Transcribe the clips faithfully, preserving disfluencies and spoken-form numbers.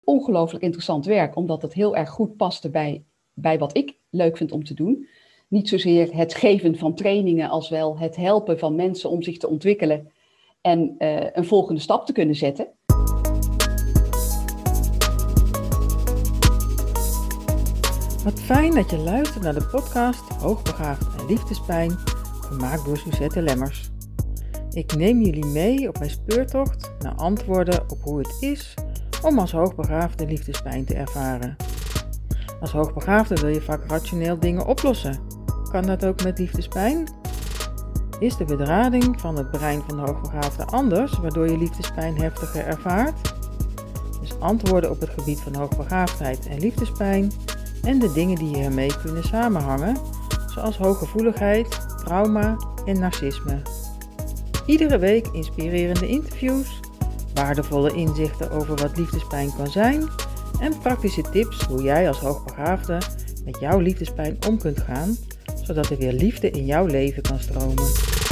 ongelooflijk interessant werk, omdat het heel erg goed paste bij, bij wat ik leuk vind om te doen. Niet zozeer het geven van trainingen als wel het helpen van mensen om zich te ontwikkelen en uh, een volgende stap te kunnen zetten. Wat fijn dat je luistert naar de podcast Hoogbegaafd en Liefdespijn, gemaakt door Suzette Lemmers. Ik neem jullie mee op mijn speurtocht naar antwoorden op hoe het is om als hoogbegaafde liefdespijn te ervaren. Als hoogbegaafde wil je vaak rationeel dingen oplossen. Kan dat ook met liefdespijn? Is de bedrading van het brein van de hoogbegaafde anders, waardoor je liefdespijn heftiger ervaart? Dus antwoorden op het gebied van hoogbegaafdheid en liefdespijn en de dingen die hiermee kunnen samenhangen, zoals hooggevoeligheid, trauma en narcisme. Iedere week inspirerende interviews, waardevolle inzichten over wat liefdespijn kan zijn en praktische tips hoe jij als hoogbegaafde met jouw liefdespijn om kunt gaan, zodat er weer liefde in jouw leven kan stromen.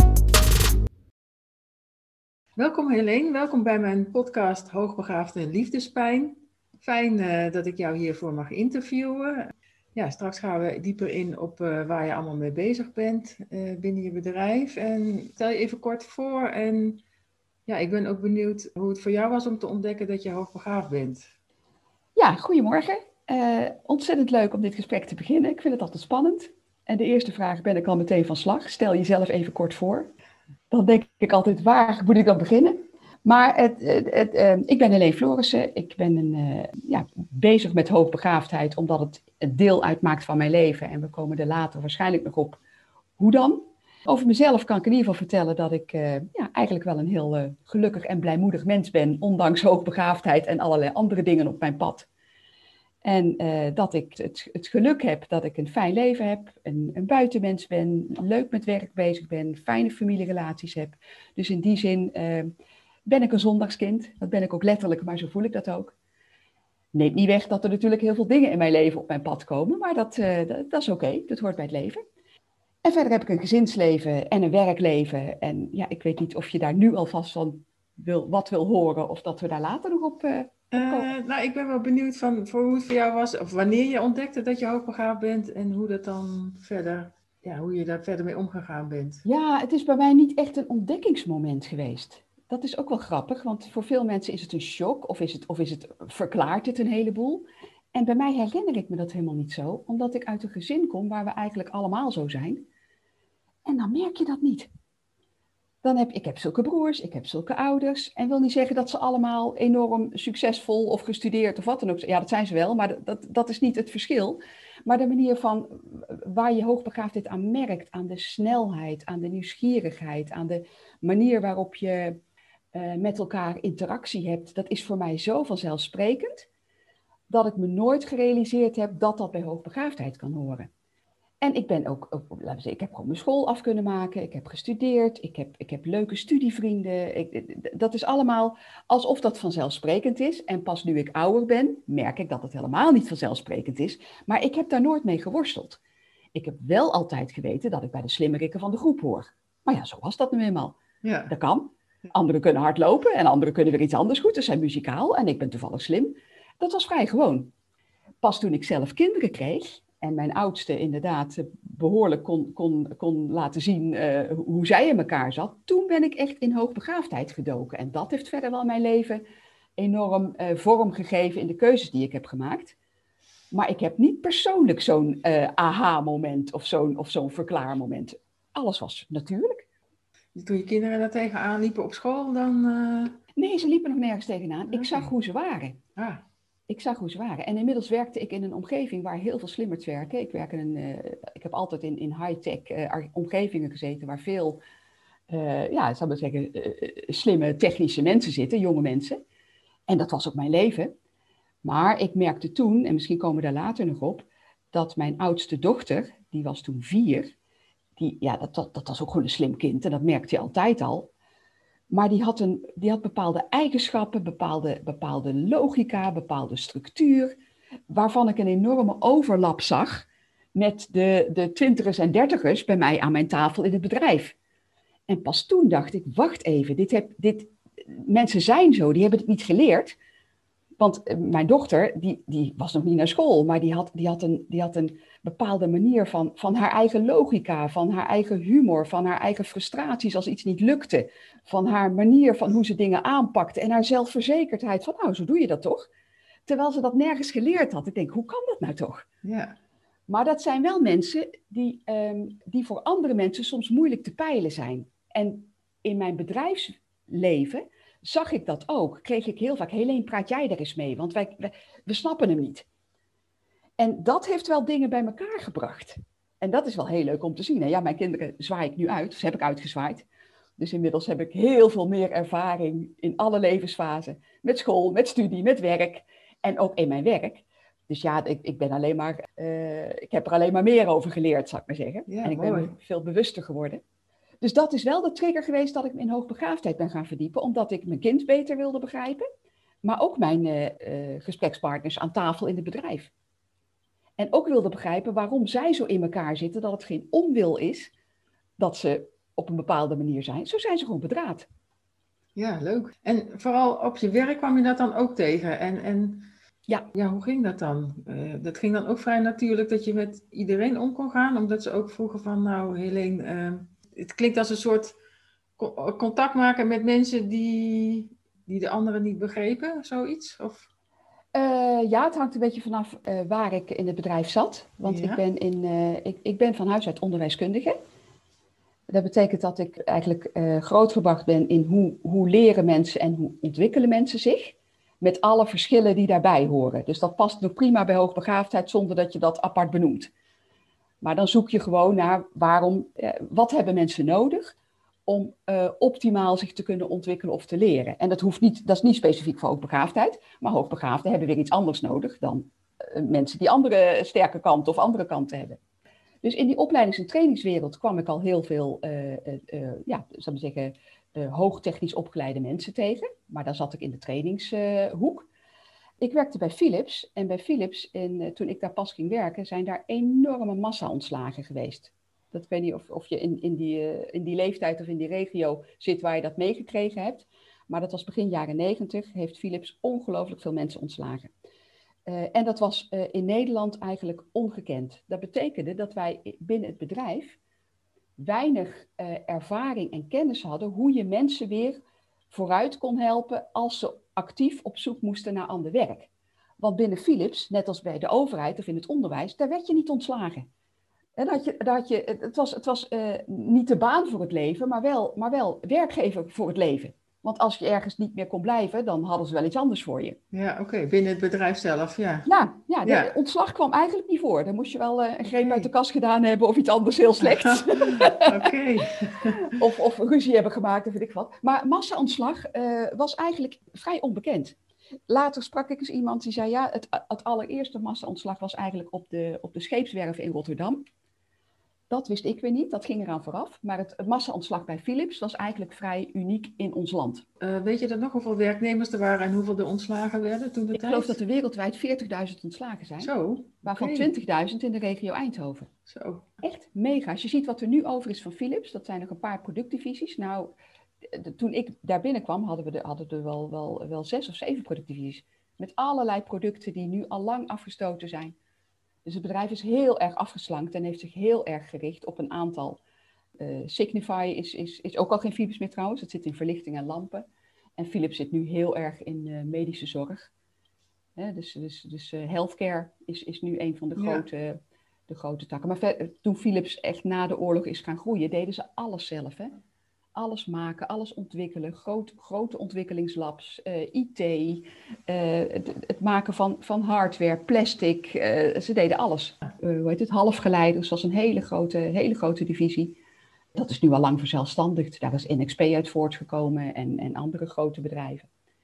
Welkom Helene, welkom bij mijn podcast Hoogbegaafde en Liefdespijn. Fijn uh, dat ik jou hiervoor mag interviewen. Ja, straks gaan we dieper in op uh, waar je allemaal mee bezig bent uh, binnen je bedrijf. En stel je even kort voor en ja, ik ben ook benieuwd hoe het voor jou was om te ontdekken dat je hoogbegaafd bent. Ja, goedemorgen. Uh, ontzettend leuk om dit gesprek te beginnen. Ik vind het altijd spannend. En de eerste vraag ben ik al meteen van slag. Stel jezelf even kort voor. Dan denk ik altijd, waar moet ik dan beginnen? Maar het, het, het, uh, ik ben Helene Florissen. Ik ben een, uh, ja, bezig met hoogbegaafdheid omdat het een deel uitmaakt van mijn leven. En we komen er later waarschijnlijk nog op hoe dan. Over mezelf kan ik in ieder geval vertellen dat ik uh, ja, eigenlijk wel een heel uh, gelukkig en blijmoedig mens ben. Ondanks hoogbegaafdheid en allerlei andere dingen op mijn pad. En uh, dat ik het, het geluk heb dat ik een fijn leven heb, een, een buitenmens ben, leuk met werk bezig ben, fijne familierelaties heb. Dus in die zin uh, ben ik een zondagskind. Dat ben ik ook letterlijk, maar zo voel ik dat ook. Neemt niet weg dat er natuurlijk heel veel dingen in mijn leven op mijn pad komen, maar dat, uh, dat, dat is oké, okay. Dat hoort bij het leven. En verder heb ik een gezinsleven en een werkleven. En ja, ik weet niet of je daar nu alvast van wil, wat wil horen of dat we daar later nog op... Uh, Uh, nou, ik ben wel benieuwd van voor hoe het voor jou was, of wanneer je ontdekte dat je hoogbegaafd bent en hoe dat dan verder, ja, hoe je daar verder mee omgegaan bent. Ja, het is bij mij niet echt een ontdekkingsmoment geweest. Dat is ook wel grappig, want voor veel mensen is het een shock of is het, of is het verklaart het een heleboel. En bij mij herinner ik me dat helemaal niet zo, omdat ik uit een gezin kom waar we eigenlijk allemaal zo zijn. En dan merk je dat niet. Dan heb, ik heb zulke broers, ik heb zulke ouders. En wil niet zeggen dat ze allemaal enorm succesvol of gestudeerd of wat dan ook. Ja, dat zijn ze wel, maar dat, dat is niet het verschil. Maar de manier van waar je hoogbegaafdheid aan merkt, aan de snelheid, aan de nieuwsgierigheid, aan de manier waarop je uh, met elkaar interactie hebt, dat is voor mij zo vanzelfsprekend, dat ik me nooit gerealiseerd heb dat dat bij hoogbegaafdheid kan horen. En ik ben ook, ook, laten we zeggen, ik heb gewoon mijn school af kunnen maken. Ik heb gestudeerd. Ik heb, ik heb leuke studievrienden. Ik, dat is allemaal alsof dat vanzelfsprekend is. En pas nu ik ouder ben, merk ik dat het helemaal niet vanzelfsprekend is. Maar ik heb daar nooit mee geworsteld. Ik heb wel altijd geweten dat ik bij de slimmerikken van de groep hoor. Maar ja, zo was dat nu eenmaal. Ja. Dat kan. Anderen kunnen hard lopen en anderen kunnen weer iets anders goed. Ze zijn muzikaal en ik ben toevallig slim. Dat was vrij gewoon. Pas toen ik zelf kinderen kreeg... en mijn oudste inderdaad behoorlijk kon, kon, kon laten zien uh, hoe zij in elkaar zat. Toen ben ik echt in hoogbegaafdheid gedoken. En dat heeft verder wel mijn leven enorm uh, vorm gegeven in de keuzes die ik heb gemaakt. Maar ik heb niet persoonlijk zo'n uh, aha-moment of zo'n, of zo'n verklaarmoment. Alles was natuurlijk. Toen je kinderen daar tegenaan liepen op school, dan... Uh... Nee, ze liepen nog nergens tegenaan. Okay. Ik zag hoe ze waren. Ah. Ik zag hoe ze waren. En inmiddels werkte ik in een omgeving waar heel veel slimmers werken. Ik, werk in een, uh, ik heb altijd in, in high-tech uh, omgevingen gezeten waar veel, uh, ja, zou ik maar zeggen, uh, slimme technische mensen zitten, jonge mensen. En dat was ook mijn leven. Maar ik merkte toen, en misschien komen we daar later nog op, dat mijn oudste dochter, die was toen vier, die, ja, dat, dat, dat was ook gewoon een slim kind en dat merkte je altijd al. Maar die had, een, die had bepaalde eigenschappen, bepaalde, bepaalde logica, bepaalde structuur, waarvan ik een enorme overlap zag met de, de twintigers en dertigers bij mij aan mijn tafel in het bedrijf. En pas toen dacht ik, wacht even, dit heb, dit, mensen zijn zo, die hebben het niet geleerd. Want uh, mijn dochter, die, die was nog niet naar school, maar die had, die had, een, die had een bepaalde manier van, van haar eigen logica, van haar eigen humor, van haar eigen frustraties als iets niet lukte, van haar manier van hoe ze dingen aanpakte en haar zelfverzekerdheid van, nou, zo doe je dat toch? Terwijl ze dat nergens geleerd had. Ik denk, hoe kan dat nou toch? Ja. Maar dat zijn wel mensen die, um, die voor andere mensen soms moeilijk te peilen zijn. En in mijn bedrijfsleven zag ik dat ook. Kreeg ik heel vaak, Helene, praat jij er eens mee? Want wij, wij, we snappen hem niet. En dat heeft wel dingen bij elkaar gebracht. En dat is wel heel leuk om te zien. Hè? Ja, mijn kinderen zwaai ik nu uit, dus heb ik uitgezwaaid. Dus inmiddels heb ik heel veel meer ervaring in alle levensfasen. Met school, met studie, met werk en ook in mijn werk. Dus ja, ik, ik ben alleen maar, uh, ik heb er alleen maar meer over geleerd, zou ik maar zeggen. Ja, en ik mooi. ben veel bewuster geworden. Dus dat is wel de trigger geweest dat ik me in hoogbegaafdheid ben gaan verdiepen. Omdat ik mijn kind beter wilde begrijpen. Maar ook mijn uh, uh, gesprekspartners aan tafel in het bedrijf. En ook wilde begrijpen waarom zij zo in elkaar zitten. Dat het geen onwil is dat ze op een bepaalde manier zijn. Zo zijn ze gewoon bedraad. Ja, leuk. En vooral op je werk kwam je dat dan ook tegen. En, en ja. ja, hoe ging dat dan? Uh, dat ging dan ook vrij natuurlijk dat je met iedereen om kon gaan. Omdat ze ook vroegen van, nou Helene, uh, het klinkt als een soort co- contact maken met mensen die, die de anderen niet begrepen, zoiets? Of... Uh, ja, het hangt een beetje vanaf uh, waar ik in het bedrijf zat. Want ja. ik, ben in, uh, ik, ik ben van huis uit onderwijskundige. Dat betekent dat ik eigenlijk uh, grootgebracht ben in hoe, hoe leren mensen en hoe ontwikkelen mensen zich. Met alle verschillen die daarbij horen. Dus dat past nog prima bij hoogbegaafdheid zonder dat je dat apart benoemt. Maar dan zoek je gewoon naar waarom, uh, wat hebben mensen nodig om uh, optimaal zich te kunnen ontwikkelen of te leren. En dat, hoeft niet, dat is niet specifiek voor hoogbegaafdheid, maar hoogbegaafden hebben weer iets anders nodig dan uh, mensen die andere sterke kanten of andere kanten hebben. Dus in die opleidings- en trainingswereld kwam ik al heel veel, uh, uh, uh, ja, zou ik zeggen, uh, hoogtechnisch opgeleide mensen tegen. Maar daar zat ik in de trainingshoek. Uh, ik werkte bij Philips en bij Philips, en, uh, toen ik daar pas ging werken, zijn daar enorme massa-ontslagen geweest. Dat, ik weet niet of, of je in, in, die, uh, in die leeftijd of in die regio zit waar je dat meegekregen hebt. Maar dat was begin jaren negentig, heeft Philips ongelooflijk veel mensen ontslagen. Uh, en dat was uh, in Nederland eigenlijk ongekend. Dat betekende dat wij binnen het bedrijf weinig uh, ervaring en kennis hadden hoe je mensen weer vooruit kon helpen als ze actief op zoek moesten naar ander werk. Want binnen Philips, net als bij de overheid of in het onderwijs, daar werd je niet ontslagen. En had je, had je, het was, het was uh, niet de baan voor het leven, maar wel, maar wel werkgever voor het leven. Want als je ergens niet meer kon blijven, dan hadden ze wel iets anders voor je. Ja, oké. Okay. Binnen het bedrijf zelf, ja. Ja, ja, de ja. ontslag kwam eigenlijk niet voor. Dan moest je wel uh, een greep okay. uit de kast gedaan hebben of iets anders heel slechts. Oké. Okay. of, of ruzie hebben gemaakt of weet ik wat. Maar massa-ontslag uh, was eigenlijk vrij onbekend. Later sprak ik eens iemand die zei, ja, het, het allereerste massa-ontslag was eigenlijk op de, op de scheepswerf in Rotterdam. Dat wist ik weer niet, dat ging eraan vooraf. Maar het, het massa-ontslag bij Philips was eigenlijk vrij uniek in ons land. Uh, weet je dan nog hoeveel werknemers er waren en hoeveel er ontslagen werden toen de Ik tijd? geloof dat er wereldwijd veertigduizend ontslagen zijn. Zo, waarvan okay. twintigduizend in de regio Eindhoven. Zo. Echt mega. Als je ziet wat er nu over is van Philips, dat zijn nog een paar productdivisies. Nou, de, toen ik daar binnenkwam hadden we er, hadden we er wel, wel, wel zes of zeven productdivisies. Met allerlei producten die nu al lang afgestoten zijn. Dus het bedrijf is heel erg afgeslankt en heeft zich heel erg gericht op een aantal. Uh, Signify is, is, is ook al geen Philips meer trouwens, het zit in verlichting en lampen. En Philips zit nu heel erg in uh, medische zorg. Hè, dus dus, dus uh, healthcare is, is nu een van de grote, ja. de grote takken. Maar ver, toen Philips echt na de oorlog is gaan groeien, deden ze alles zelf. Hè? Alles maken, alles ontwikkelen, groot, grote ontwikkelingslabs, uh, I T, uh, het, het maken van, van hardware, plastic, uh, ze deden alles. Uh, hoe heet het, halfgeleiders was een hele grote, hele grote divisie. Dat is nu al lang verzelfstandigd, daar is N X P uit voortgekomen en, en andere grote bedrijven.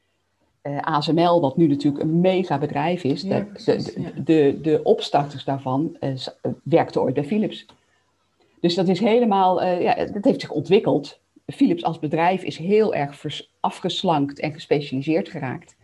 Uh, A S M L, wat nu natuurlijk een mega bedrijf is, ja, de, precies, de, ja. de, de, de opstarters daarvan uh, werkten ooit bij Philips. Dus dat is helemaal, uh, ja, dat heeft zich ontwikkeld. Philips als bedrijf is heel erg vers- afgeslankt en gespecialiseerd geraakt.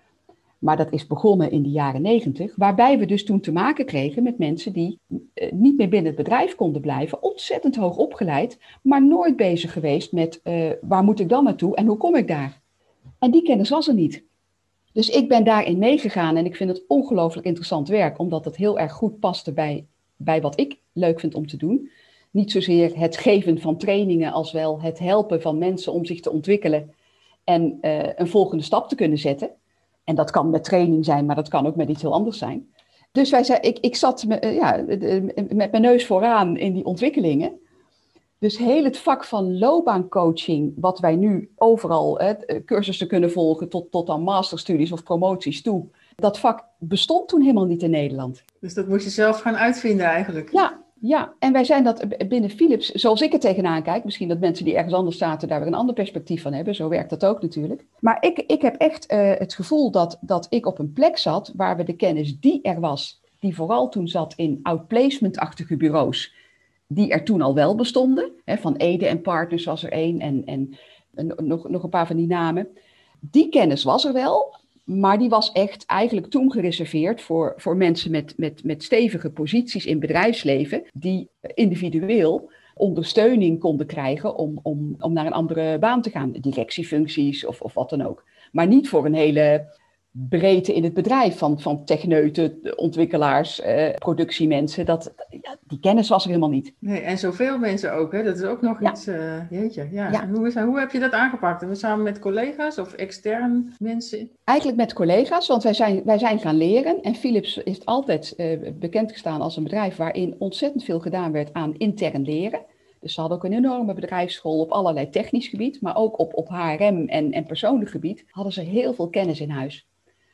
Maar dat is begonnen in de jaren negentig, waarbij we dus toen te maken kregen met mensen die uh, niet meer binnen het bedrijf konden blijven, ontzettend hoog opgeleid, maar nooit bezig geweest met uh, waar moet ik dan naartoe en hoe kom ik daar? En die kennis was er niet. Dus ik ben daarin meegegaan en ik vind het ongelooflijk interessant werk, omdat het heel erg goed paste bij, bij wat ik leuk vind om te doen. Niet zozeer het geven van trainingen als wel het helpen van mensen om zich te ontwikkelen en uh, een volgende stap te kunnen zetten. En dat kan met training zijn, maar dat kan ook met iets heel anders zijn. Dus wij zei, ik, ik zat me, uh, ja, met mijn neus vooraan in die ontwikkelingen. Dus heel het vak van loopbaancoaching, wat wij nu overal hè, cursussen kunnen volgen tot, tot aan masterstudies of promoties toe. Dat vak bestond toen helemaal niet in Nederland. Dus dat moest je zelf gaan uitvinden eigenlijk? Ja, ja. En wij zijn dat binnen Philips, zoals ik er tegenaan kijk. Misschien dat mensen die ergens anders zaten daar weer een ander perspectief van hebben. Zo werkt dat ook natuurlijk. Maar ik, ik heb echt uh, het gevoel dat, dat ik op een plek zat waar we de kennis die er was, die vooral toen zat in outplacement-achtige bureaus, die er toen al wel bestonden. Hè, van Ede en Partners was er één en, en, en nog, nog een paar van die namen. Die kennis was er wel, maar die was echt eigenlijk toen gereserveerd voor, voor mensen met, met, met stevige posities in bedrijfsleven, die individueel ondersteuning konden krijgen om, om, om naar een andere baan te gaan. Directiefuncties of, of wat dan ook. Maar niet voor een hele breedte in het bedrijf van, van techneuten, ontwikkelaars, eh, productiemensen. Dat, ja, die kennis was er helemaal niet. Nee, en zoveel mensen ook, hè? Dat is ook nog ja. iets, uh, jeetje. Ja. Ja. Hoe, is, hoe heb je dat aangepakt? En we samen met collega's of extern mensen? Eigenlijk met collega's, want wij zijn, wij zijn gaan leren. En Philips heeft altijd uh, bekend gestaan als een bedrijf waarin ontzettend veel gedaan werd aan intern leren. Dus ze hadden ook een enorme bedrijfsschool op allerlei technisch gebied, maar ook op, op H R M en, en persoonlijk gebied hadden ze heel veel kennis in huis.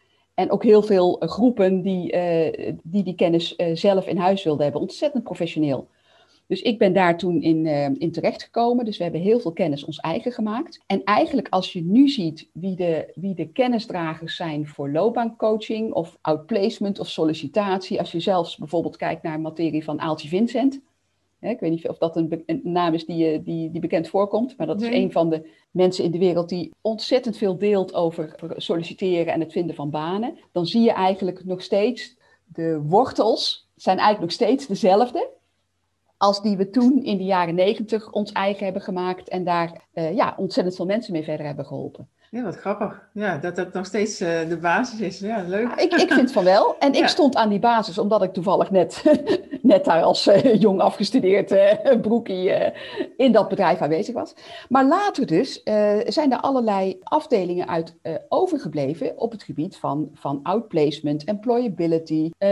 En ook heel veel uh, groepen die, uh, die die kennis uh, zelf in huis wilden hebben. Ontzettend professioneel. Dus ik ben daar toen in, uh, in terechtgekomen. Dus we hebben heel veel kennis ons eigen gemaakt. En eigenlijk als je nu ziet wie de, wie de kennisdragers zijn voor loopbaancoaching of outplacement of sollicitatie. Als je zelfs bijvoorbeeld kijkt naar een materie van Aaltje Vincent. Ja, ik weet niet of dat een, be- een naam is die, die, die bekend voorkomt, maar dat is nee. een van de mensen in de wereld die ontzettend veel deelt over solliciteren en het vinden van banen. Dan zie je eigenlijk nog steeds, de wortels zijn eigenlijk nog steeds dezelfde als die we toen in de jaren negentig ons eigen hebben gemaakt en daar uh, ja, ontzettend veel mensen mee verder hebben geholpen. Ja, wat grappig. Ja, dat dat nog steeds uh, de basis is. Ja, leuk. Ja, ik, ik vind van wel. En ja. ik stond aan die basis omdat ik toevallig net, net daar als uh, jong afgestudeerd uh, broekie uh, in dat bedrijf aanwezig was. Maar later dus uh, zijn er allerlei afdelingen uit uh, overgebleven op het gebied van, van outplacement, employability, uh,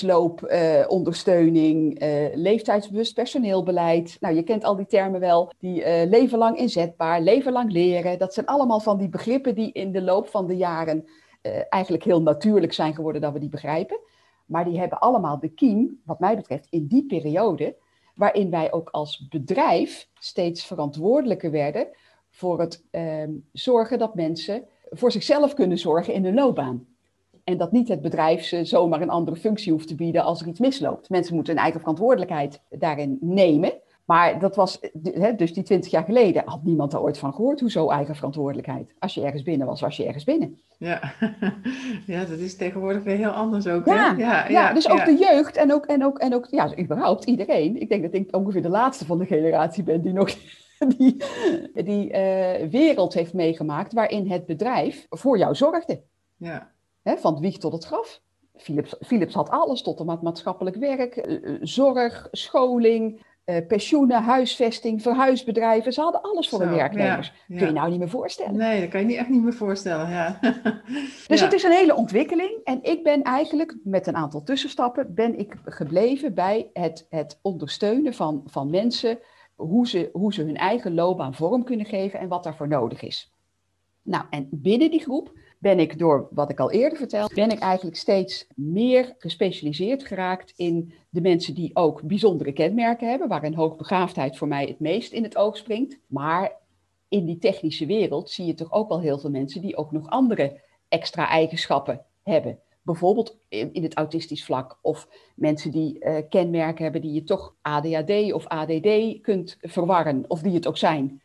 levensloopondersteuning, uh, uh, leeftijdsbewust personeelbeleid. Nou, je kent al die termen wel. Die uh, leven lang inzetbaar, leven lang leren. Dat zijn allemaal van die begrippen die in de loop van de jaren uh, eigenlijk heel natuurlijk zijn geworden dat we die begrijpen. Maar die hebben allemaal de kiem, wat mij betreft, in die periode waarin wij ook als bedrijf steeds verantwoordelijker werden voor het uh, zorgen dat mensen voor zichzelf kunnen zorgen in hun loopbaan. En dat niet het bedrijf ze zomaar een andere functie hoeft te bieden als er iets misloopt. Mensen moeten hun eigen verantwoordelijkheid daarin nemen. Maar dat was, dus die twintig jaar geleden, had niemand er ooit van gehoord. Hoezo eigen verantwoordelijkheid? Als je ergens binnen was, was je ergens binnen. Ja, ja dat is tegenwoordig weer heel anders ook. Ja, hè? Ja, ja, dus ook ja. de jeugd en ook, en, ook, en ook, ja, überhaupt iedereen. Ik denk dat ik ongeveer de laatste van de generatie ben die nog die, die uh, wereld heeft meegemaakt waarin het bedrijf voor jou zorgde. Ja. He, van het wieg tot het graf. Philips, Philips had alles tot en met maatschappelijk werk, uh, zorg, scholing, uh, pensioenen, huisvesting, verhuisbedrijven. Ze hadden alles voor Zo, hun werknemers. Ja, ja. Kun je nou niet meer voorstellen? Nee, dat kan je niet, echt niet meer voorstellen. Ja. Dus ja. het is een hele ontwikkeling. En ik ben eigenlijk, met een aantal tussenstappen, ben ik gebleven bij het, het ondersteunen van, van mensen, hoe ze, hoe ze hun eigen loopbaan vorm kunnen geven en wat daarvoor nodig is. Nou, en binnen die groep ben ik door, wat ik al eerder vertelde, ben ik eigenlijk steeds meer gespecialiseerd geraakt in de mensen die ook bijzondere kenmerken hebben, waarin hoogbegaafdheid voor mij het meest in het oog springt. Maar in die technische wereld zie je toch ook wel heel veel mensen die ook nog andere extra eigenschappen hebben. Bijvoorbeeld in, in het autistisch vlak of mensen die uh, kenmerken hebben die je toch A D H D of A D D kunt verwarren of die het ook zijn.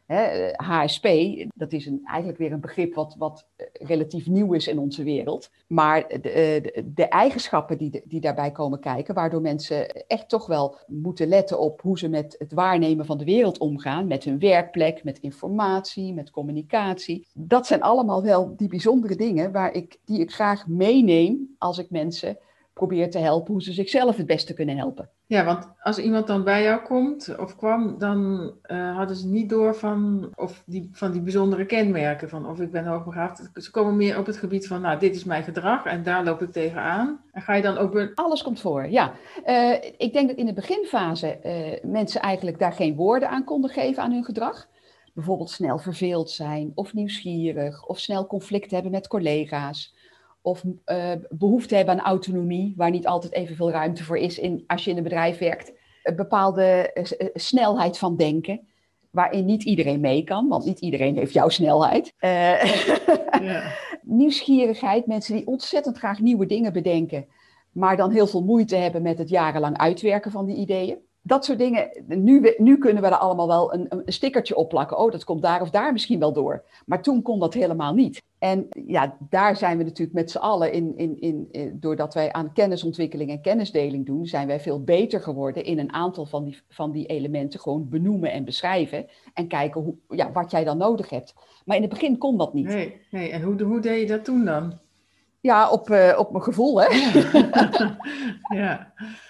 Hè, H S P, dat is een, eigenlijk weer een begrip wat, wat relatief nieuw is in onze wereld. Maar de, de, de eigenschappen die, die daarbij komen kijken, waardoor mensen echt toch wel moeten letten op hoe ze met het waarnemen van de wereld omgaan, met hun werkplek, met informatie, met communicatie. Dat zijn allemaal wel die bijzondere dingen waar ik, die ik graag meeneem als ik mensen probeer te helpen hoe ze zichzelf het beste kunnen helpen. Ja, want als iemand dan bij jou komt of kwam, dan uh, hadden ze niet door van, of die, van die bijzondere kenmerken. Van of ik ben hoogbegaafd. Ze komen meer op het gebied van, nou, dit is mijn gedrag en daar loop ik tegenaan. En ga je dan ook... Alles komt voor, ja. Uh, ik denk dat in de beginfase uh, mensen eigenlijk daar geen woorden aan konden geven aan hun gedrag. Bijvoorbeeld snel verveeld zijn of nieuwsgierig of snel conflict hebben met collega's. Of uh, behoefte hebben aan autonomie, waar niet altijd evenveel ruimte voor is in, als je in een bedrijf werkt. Een bepaalde uh, snelheid van denken, waarin niet iedereen mee kan, want niet iedereen heeft jouw snelheid. Uh, ja. Nieuwsgierigheid, mensen die ontzettend graag nieuwe dingen bedenken, maar dan heel veel moeite hebben met het jarenlang uitwerken van die ideeën. Dat soort dingen, nu, nu kunnen we er allemaal wel een, een stickertje op plakken. Oh, dat komt daar of daar misschien wel door. Maar toen kon dat helemaal niet. En ja, daar zijn we natuurlijk met z'n allen, in, in, in, in, doordat wij aan kennisontwikkeling en kennisdeling doen, zijn wij veel beter geworden in een aantal van die, van die elementen gewoon benoemen en beschrijven. En kijken hoe, ja, wat jij dan nodig hebt. Maar in het begin kon dat niet. Nee, nee. En hoe, hoe deed je dat toen dan? Ja, op, uh, op mijn gevoel, hè. Ja. Ja.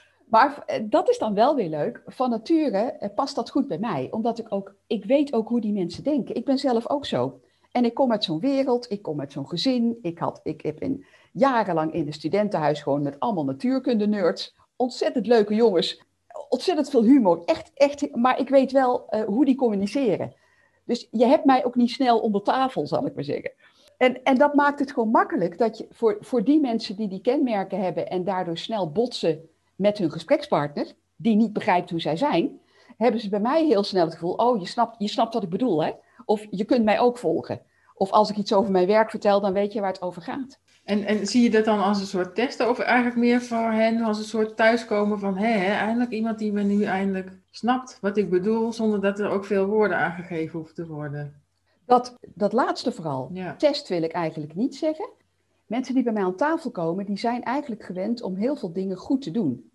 Maar dat is dan wel weer leuk. Van nature past dat goed bij mij. Omdat ik ook, ik weet ook hoe die mensen denken. Ik ben zelf ook zo. En ik kom uit zo'n wereld, ik kom uit zo'n gezin. Ik, had, ik heb in, jarenlang in een studentenhuis gewoon met allemaal natuurkunde nerds. Ontzettend leuke jongens. Ontzettend veel humor. Echt, echt. Maar ik weet wel uh, hoe die communiceren. Dus je hebt mij ook niet snel onder tafel, zal ik maar zeggen. En, en dat maakt het gewoon makkelijk dat je voor, voor die mensen die die kenmerken hebben en daardoor snel botsen met hun gesprekspartner, die niet begrijpt hoe zij zijn, hebben ze bij mij heel snel het gevoel, oh, je snapt, je snapt wat ik bedoel, hè? Of je kunt mij ook volgen. Of als ik iets over mijn werk vertel, dan weet je waar het over gaat. En, en zie je dat dan als een soort testen, of eigenlijk meer voor hen als een soort thuiskomen van, hé, hé, eindelijk iemand die me nu eindelijk snapt wat ik bedoel, zonder dat er ook veel woorden aangegeven hoeven te worden? Dat, dat laatste vooral. Ja. Test wil ik eigenlijk niet zeggen. Mensen die bij mij aan tafel komen, die zijn eigenlijk gewend om heel veel dingen goed te doen.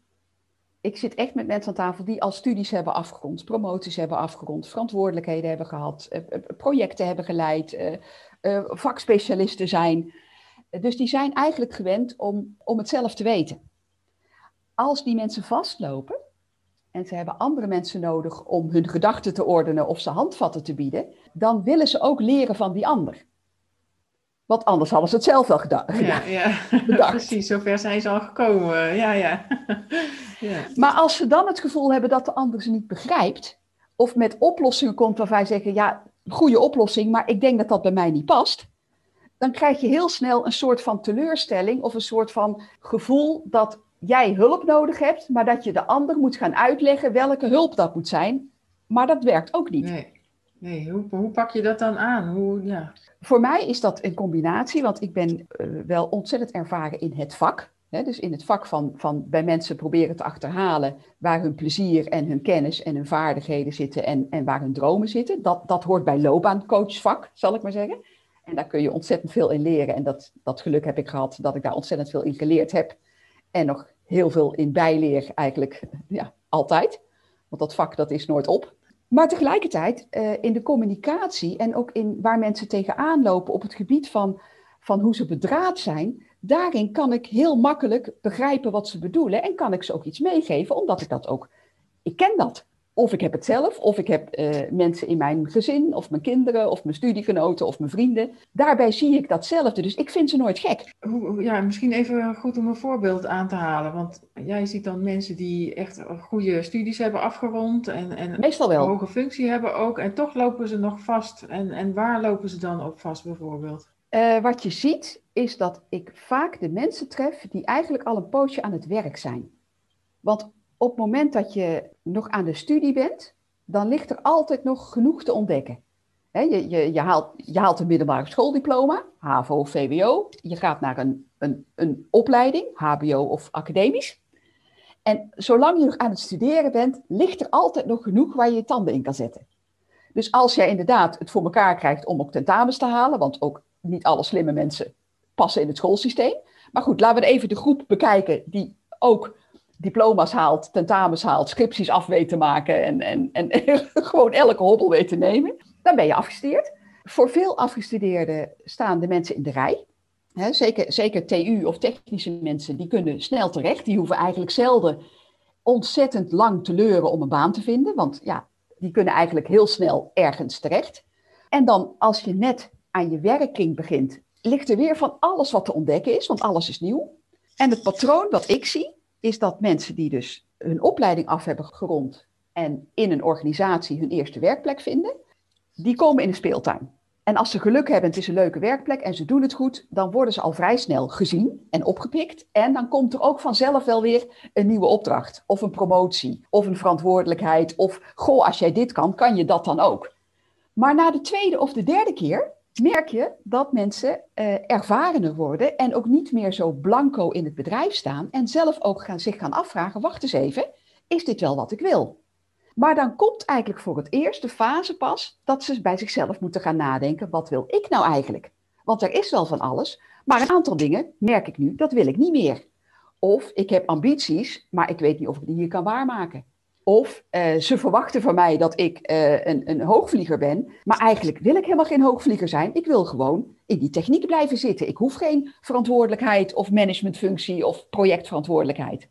Ik zit echt met mensen aan tafel die al studies hebben afgerond, promoties hebben afgerond, verantwoordelijkheden hebben gehad, projecten hebben geleid, vakspecialisten zijn. Dus die zijn eigenlijk gewend om, om het zelf te weten. Als die mensen vastlopen en ze hebben andere mensen nodig om hun gedachten te ordenen of ze handvatten te bieden, dan willen ze ook leren van die ander. Want anders hadden ze het zelf wel gedaan. Ja, ja. Precies, zover zijn ze al gekomen. Ja, ja. Ja. Maar als ze dan het gevoel hebben dat de ander ze niet begrijpt, of met oplossingen komt waarvan wij zeggen, ja, goede oplossing, maar ik denk dat dat bij mij niet past, dan krijg je heel snel een soort van teleurstelling of een soort van gevoel dat jij hulp nodig hebt, maar dat je de ander moet gaan uitleggen welke hulp dat moet zijn. Maar dat werkt ook niet. Nee, nee. Hoe, hoe pak je dat dan aan? Hoe, ja. Voor mij is dat een combinatie, want ik ben uh, wel ontzettend ervaren in het vak. Hè, dus in het vak van, van bij mensen proberen te achterhalen waar hun plezier en hun kennis en hun vaardigheden zitten en, en waar hun dromen zitten. Dat, dat hoort bij loopbaancoachvak, zal ik maar zeggen. En daar kun je ontzettend veel in leren. En dat, dat geluk heb ik gehad dat ik daar ontzettend veel in geleerd heb. En nog heel veel in bijleer eigenlijk, ja, altijd. Want dat vak, dat is nooit op. Maar tegelijkertijd uh, in de communicatie en ook in waar mensen tegenaan lopen op het gebied van, van hoe ze bedraad zijn, daarin kan ik heel makkelijk begrijpen wat ze bedoelen en kan ik ze ook iets meegeven, omdat ik dat ook, ik ken dat. Of ik heb het zelf, of ik heb uh, mensen in mijn gezin, of mijn kinderen, of mijn studiegenoten, of mijn vrienden. Daarbij zie ik datzelfde, dus ik vind ze nooit gek. Ja, misschien even goed om een voorbeeld aan te halen. Want jij ziet dan mensen die echt goede studies hebben afgerond en, en Meestal wel. een hoge functie hebben ook. En toch lopen ze nog vast. En, en waar lopen ze dan op vast bijvoorbeeld? Uh, wat je ziet, is dat ik vaak de mensen tref die eigenlijk al een poosje aan het werk zijn. Want op het moment dat je nog aan de studie bent, dan ligt er altijd nog genoeg te ontdekken. He, je, je, je, haalt, je haalt een middelbare schooldiploma, H A V O of V W O. Je gaat naar een, een, een opleiding, H B O of academisch. En zolang je nog aan het studeren bent, ligt er altijd nog genoeg waar je je tanden in kan zetten. Dus als jij inderdaad het voor elkaar krijgt om ook tentamens te halen, want ook niet alle slimme mensen passen in het schoolsysteem. Maar goed, laten we even de groep bekijken die ook diploma's haalt, tentamens haalt, scripties af weet te maken en, en, en gewoon elke hobbel weet te nemen. Dan ben je afgestudeerd. Voor veel afgestudeerden staan de mensen in de rij. He, zeker, zeker T U of technische mensen, die kunnen snel terecht. Die hoeven eigenlijk zelden ontzettend lang te leuren om een baan te vinden. Want ja, die kunnen eigenlijk heel snel ergens terecht. En dan als je net aan je werkkring begint, ligt er weer van alles wat te ontdekken is, want alles is nieuw. En het patroon wat ik zie, is dat mensen die dus hun opleiding af hebben gerond en in een organisatie hun eerste werkplek vinden, die komen in een speeltuin. En als ze geluk hebben, het is een leuke werkplek en ze doen het goed, dan worden ze al vrij snel gezien en opgepikt. En dan komt er ook vanzelf wel weer een nieuwe opdracht, of een promotie, of een verantwoordelijkheid, of goh, als jij dit kan, kan je dat dan ook. Maar na de tweede of de derde keer merk je dat mensen uh, ervarener worden en ook niet meer zo blanco in het bedrijf staan en zelf ook gaan, zich gaan afvragen, wacht eens even, is dit wel wat ik wil? Maar dan komt eigenlijk voor het eerst de fase pas dat ze bij zichzelf moeten gaan nadenken, wat wil ik nou eigenlijk? Want er is wel van alles, maar een aantal dingen merk ik nu, dat wil ik niet meer. Of ik heb ambities, maar ik weet niet of ik die hier kan waarmaken. Of uh, ze verwachten van mij dat ik uh, een, een hoogvlieger ben, maar eigenlijk wil ik helemaal geen hoogvlieger zijn. Ik wil gewoon in die techniek blijven zitten. Ik hoef geen verantwoordelijkheid of managementfunctie of projectverantwoordelijkheid.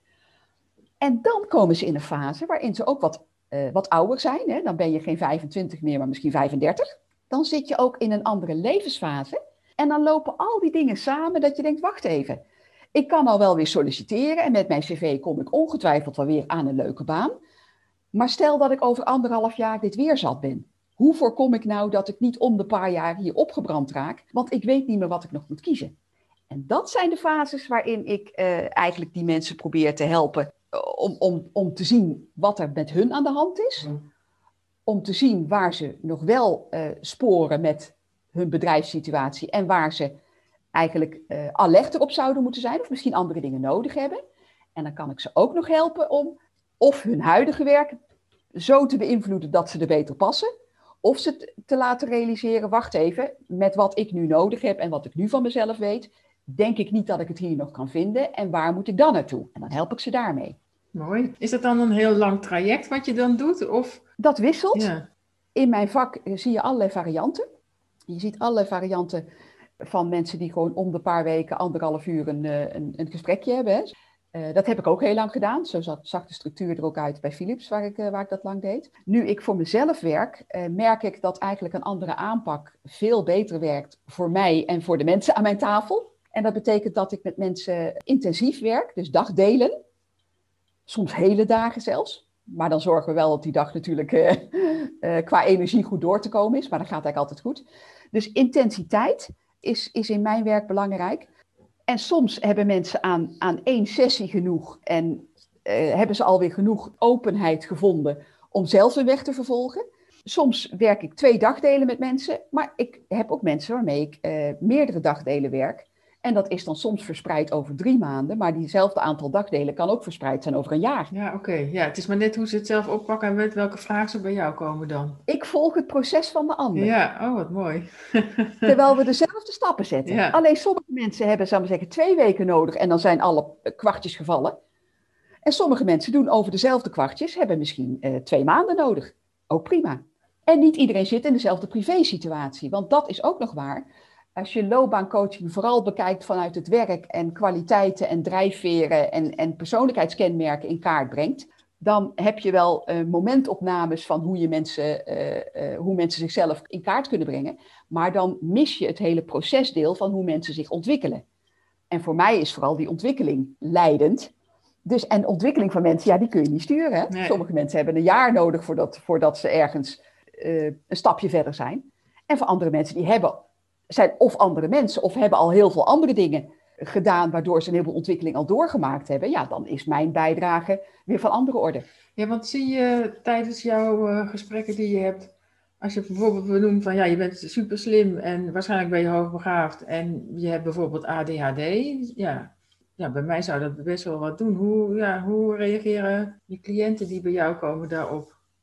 En dan komen ze in een fase waarin ze ook wat, uh, wat ouder zijn. Hè? Dan ben je geen vijfentwintig meer, maar misschien vijfendertig. Dan zit je ook in een andere levensfase. En dan lopen al die dingen samen dat je denkt, wacht even. Ik kan al wel weer solliciteren en met mijn cv kom ik ongetwijfeld wel weer aan een leuke baan. Maar stel dat ik over anderhalf jaar dit weer zat ben. Hoe voorkom ik nou dat ik niet om de paar jaar hier opgebrand raak? Want ik weet niet meer wat ik nog moet kiezen. En dat zijn de fases waarin ik uh, eigenlijk die mensen probeer te helpen. Uh, om, om, om te zien wat er met hun aan de hand is. Om te zien waar ze nog wel uh, sporen met hun bedrijfssituatie. En waar ze eigenlijk uh, alerter op zouden moeten zijn. Of misschien andere dingen nodig hebben. En dan kan ik ze ook nog helpen om of hun huidige werk zo te beïnvloeden dat ze er beter passen. Of ze te laten realiseren, wacht even, met wat ik nu nodig heb en wat ik nu van mezelf weet, denk ik niet dat ik het hier nog kan vinden. En waar moet ik dan naartoe? En dan help ik ze daarmee. Mooi. Is dat dan een heel lang traject wat je dan doet? Of? Dat wisselt. Ja. In mijn vak zie je allerlei varianten. Je ziet allerlei varianten van mensen die gewoon om de paar weken, anderhalf uur een, een, een gesprekje hebben. Hè. Uh, dat heb ik ook heel lang gedaan. Zo zat, zag de structuur er ook uit bij Philips, waar ik, uh, waar ik dat lang deed. Nu ik voor mezelf werk, uh, merk ik dat eigenlijk een andere aanpak veel beter werkt voor mij en voor de mensen aan mijn tafel. En dat betekent dat ik met mensen intensief werk, dus dagdelen. Soms hele dagen zelfs. Maar dan zorgen we wel dat die dag natuurlijk uh, uh, qua energie goed door te komen is. Maar dat gaat eigenlijk altijd goed. Dus intensiteit is, is in mijn werk belangrijk. En soms hebben mensen aan, aan één sessie genoeg en uh, hebben ze alweer genoeg openheid gevonden om zelf hun weg te vervolgen. Soms werk ik twee dagdelen met mensen, maar ik heb ook mensen waarmee ik uh, meerdere dagdelen werk. En dat is dan soms verspreid over drie maanden, maar diezelfde aantal dagdelen kan ook verspreid zijn over een jaar. Ja, oké. Okay. Ja, het is maar net hoe ze het zelf oppakken en met welke vragen ze bij jou komen dan. Ik volg het proces van de ander. Ja, oh wat mooi. Terwijl we dezelfde stappen zetten. Ja. Alleen sommige mensen hebben, zou ik maar zeggen, twee weken nodig en dan zijn alle kwartjes gevallen. En sommige mensen doen over dezelfde kwartjes, hebben misschien uh, twee maanden nodig. Ook prima. En niet iedereen zit in dezelfde privésituatie, want dat is ook nog waar. Als je loopbaancoaching vooral bekijkt vanuit het werk en kwaliteiten en drijfveren en, en persoonlijkheidskenmerken in kaart brengt, dan heb je wel uh, momentopnames van hoe, je mensen, uh, uh, hoe mensen zichzelf in kaart kunnen brengen. Maar dan mis je het hele procesdeel van hoe mensen zich ontwikkelen. En voor mij is vooral die ontwikkeling leidend. Dus, en ontwikkeling van mensen, ja, die kun je niet sturen. Hè? Nee. Sommige mensen hebben een jaar nodig voordat, voordat ze ergens uh, een stapje verder zijn. En voor andere mensen, die hebben, zijn of andere mensen of hebben al heel veel andere dingen gedaan, waardoor ze een heleboel ontwikkeling al doorgemaakt hebben. Ja, dan is mijn bijdrage weer van andere orde. Ja, want zie je tijdens jouw uh, gesprekken die je hebt, als je bijvoorbeeld benoemt van ja, je bent super slim en waarschijnlijk ben je hoogbegaafd en je hebt bijvoorbeeld A D H D, ja, ja, bij mij zou dat best wel wat doen. Hoe, ja, hoe reageren je cliënten die bij jou komen daarop?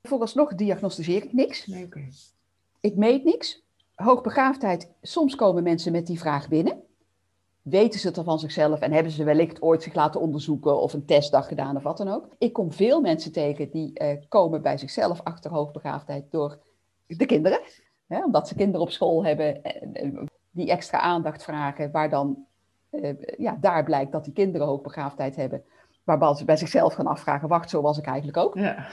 Vooralsnog diagnosticeer ik niks. Nee, oké. Okay. Ik meet niks. Hoogbegaafdheid, soms komen mensen met die vraag binnen. Weten ze het al van zichzelf en hebben ze wellicht ooit zich laten onderzoeken of een testdag gedaan of wat dan ook. Ik kom veel mensen tegen die uh, komen bij zichzelf achter hoogbegaafdheid door de kinderen. Hè, omdat ze kinderen op school hebben uh, die extra aandacht vragen, waar dan uh, ja, daar blijkt dat die kinderen hoogbegaafdheid hebben. Waarbij ze bij zichzelf gaan afvragen, wacht, zo was ik eigenlijk ook. Ja.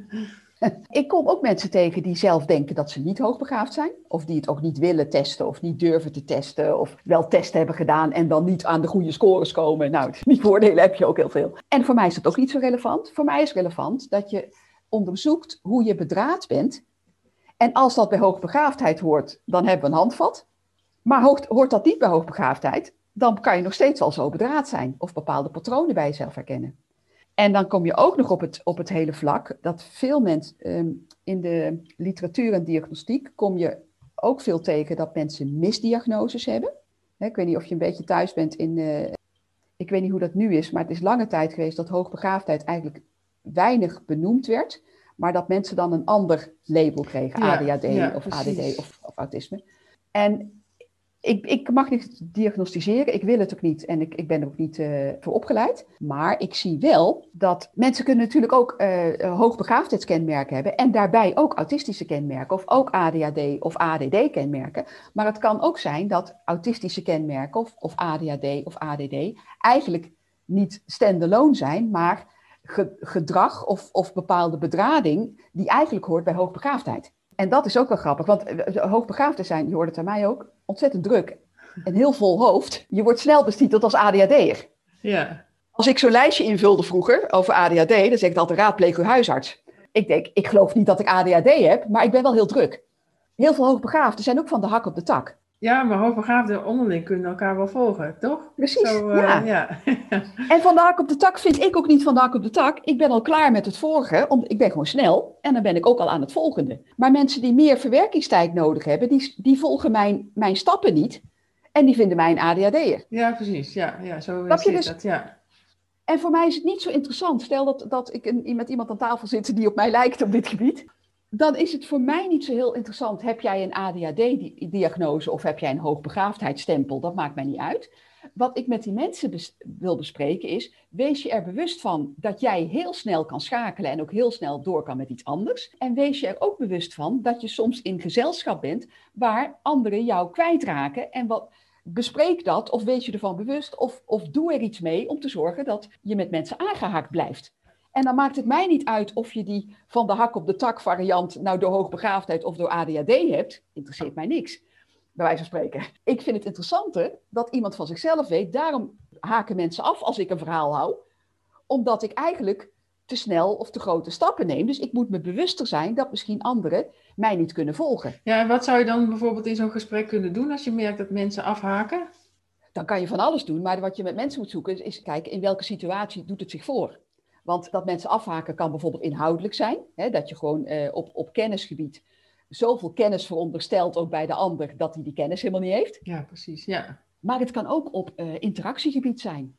Ik kom ook mensen tegen die zelf denken dat ze niet hoogbegaafd zijn. Of die het ook niet willen testen of niet durven te testen. Of wel testen hebben gedaan en dan niet aan de goede scores komen. Nou, die voordelen heb je ook heel veel. En voor mij is dat ook niet zo relevant. Voor mij is relevant dat je onderzoekt hoe je bedraad bent. En als dat bij hoogbegaafdheid hoort, dan hebben we een handvat. Maar hoort dat niet bij hoogbegaafdheid, dan kan je nog steeds wel zo bedraad zijn. Of bepaalde patronen bij jezelf herkennen. En dan kom je ook nog op het, op het hele vlak dat veel mensen um, in de literatuur en diagnostiek kom je ook veel tegen dat mensen misdiagnoses hebben. He, ik weet niet of je een beetje thuis bent in, uh, ik weet niet hoe dat nu is, maar het is lange tijd geweest dat hoogbegaafdheid eigenlijk weinig benoemd werd, maar dat mensen dan een ander label kregen, ja, A D H D ja, of precies. A D D of, of autisme. En Ik, ik mag niet diagnosticeren, ik wil het ook niet en ik, ik ben er ook niet uh, voor opgeleid. Maar ik zie wel dat mensen kunnen natuurlijk ook uh, hoogbegaafdheidskenmerken hebben en daarbij ook autistische kenmerken of ook A D H D of A D D kenmerken. Maar het kan ook zijn dat autistische kenmerken of, of A D H D of A D D eigenlijk niet stand-alone zijn, maar ge, gedrag of, of bepaalde bedrading die eigenlijk hoort bij hoogbegaafdheid. En dat is ook wel grappig, want hoogbegaafden zijn, je hoort het aan mij ook, ontzettend druk. Een heel vol hoofd. Je wordt snel bestiteld als A D H D'er. Ja. Als ik zo'n lijstje invulde vroeger over A D H D, dan zeg ik altijd raadpleeg uw huisarts. Ik denk, ik geloof niet dat ik A D H D heb, maar ik ben wel heel druk. Heel veel hoogbegaafden zijn ook van de hak op de tak. Ja, maar hoogbegaafden onderling kunnen elkaar wel volgen, toch? Precies, Zo, uh, ja. ja. En van de hak op de tak vind ik ook niet van de hak op de tak. Ik ben al klaar met het vorige, om, ik ben gewoon snel en dan ben ik ook al aan het volgende. Maar mensen die meer verwerkingstijd nodig hebben, die, die volgen mijn, mijn stappen niet en die vinden mij een A D H D'er. Ja, precies. Ja, ja zo Snap je zit dus? dat, ja. En voor mij is het niet zo interessant. Stel dat, dat ik een, met iemand aan tafel zit die op mij lijkt op dit gebied. Dan is het voor mij niet zo heel interessant. Heb jij een A D H D-diagnose of heb jij een hoogbegaafdheidsstempel? Dat maakt mij niet uit. Wat ik met die mensen bes- wil bespreken is, wees je er bewust van dat jij heel snel kan schakelen en ook heel snel door kan met iets anders. En wees je er ook bewust van dat je soms in gezelschap bent waar anderen jou kwijtraken. En wat, bespreek dat of wees je ervan bewust of, of doe er iets mee om te zorgen dat je met mensen aangehaakt blijft. En dan maakt het mij niet uit of je die van de hak op de tak variant nou door hoogbegaafdheid of door A D H D hebt. Interesseert mij niks, bij wijze van spreken. Ik vind het interessanter dat iemand van zichzelf weet. Daarom haken mensen af als ik een verhaal hou. Omdat ik eigenlijk te snel of te grote stappen neem. Dus ik moet me bewuster zijn dat misschien anderen mij niet kunnen volgen. Ja, en wat zou je dan bijvoorbeeld in zo'n gesprek kunnen doen als je merkt dat mensen afhaken? Dan kan je van alles doen, maar wat je met mensen moet zoeken is, is kijken in welke situatie doet het zich voor. Want dat mensen afhaken kan bijvoorbeeld inhoudelijk zijn. Hè, dat je gewoon uh, op, op kennisgebied zoveel kennis veronderstelt ook bij de ander dat hij die kennis helemaal niet heeft. Ja, precies. Ja. Maar het kan ook op uh, interactiegebied zijn.